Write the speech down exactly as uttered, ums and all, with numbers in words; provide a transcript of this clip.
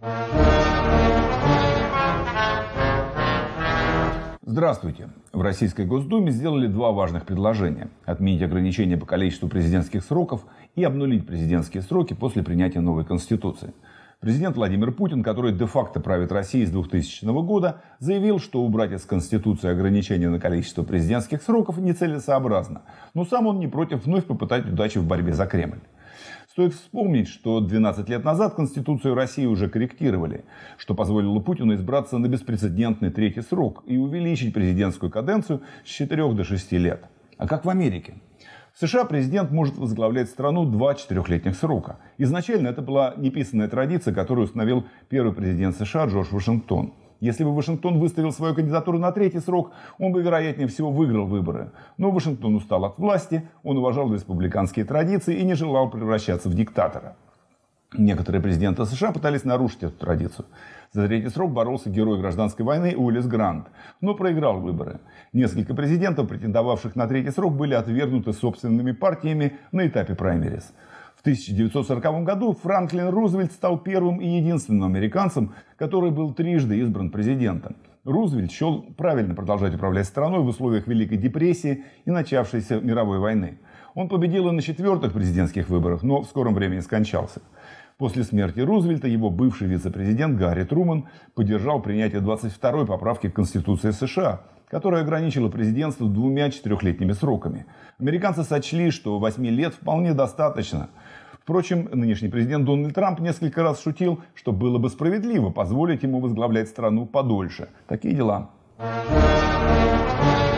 Здравствуйте. В Российской Госдуме сделали два важных предложения. Отменить ограничения по количеству президентских сроков и обнулить президентские сроки после принятия новой Конституции. Президент Владимир Путин, который де-факто правит Россией с двухтысячного года, заявил, что убрать из Конституции ограничения на количество президентских сроков нецелесообразно. Но сам он не против вновь попытать удачи в борьбе за Кремль. Стоит вспомнить, что двенадцать лет назад Конституцию России уже корректировали, что позволило Путину избраться на беспрецедентный третий срок и увеличить президентскую каденцию с четырёх до шести лет. А как в Америке? В США президент может возглавлять страну два четырехлетних срока. Изначально это была неписанная традиция, которую установил первый президент США Джордж Вашингтон. Если бы Вашингтон выставил свою кандидатуру на третий срок, он бы, вероятнее всего, выиграл выборы. Но Вашингтон устал от власти, он уважал республиканские традиции и не желал превращаться в диктатора. Некоторые президенты США пытались нарушить эту традицию. За третий срок боролся герой гражданской войны Уиллис Грант, но проиграл выборы. Несколько президентов, претендовавших на третий срок, были отвергнуты собственными партиями на этапе праймериз. В тысяча девятьсот сороковом году Франклин Рузвельт стал первым и единственным американцем, который был трижды избран президентом. Рузвельт счел правильно продолжать управлять страной в условиях Великой депрессии и начавшейся мировой войны. Он победил и на четвертых президентских выборах, но в скором времени скончался. После смерти Рузвельта его бывший вице-президент Гарри Трумэн поддержал принятие двадцать второй поправки к Конституции США, которая ограничила президентство двумя четырехлетними сроками. Американцы сочли, что восьми лет вполне достаточно. Впрочем, нынешний президент Дональд Трамп несколько раз шутил, что было бы справедливо позволить ему возглавлять страну подольше. Такие дела.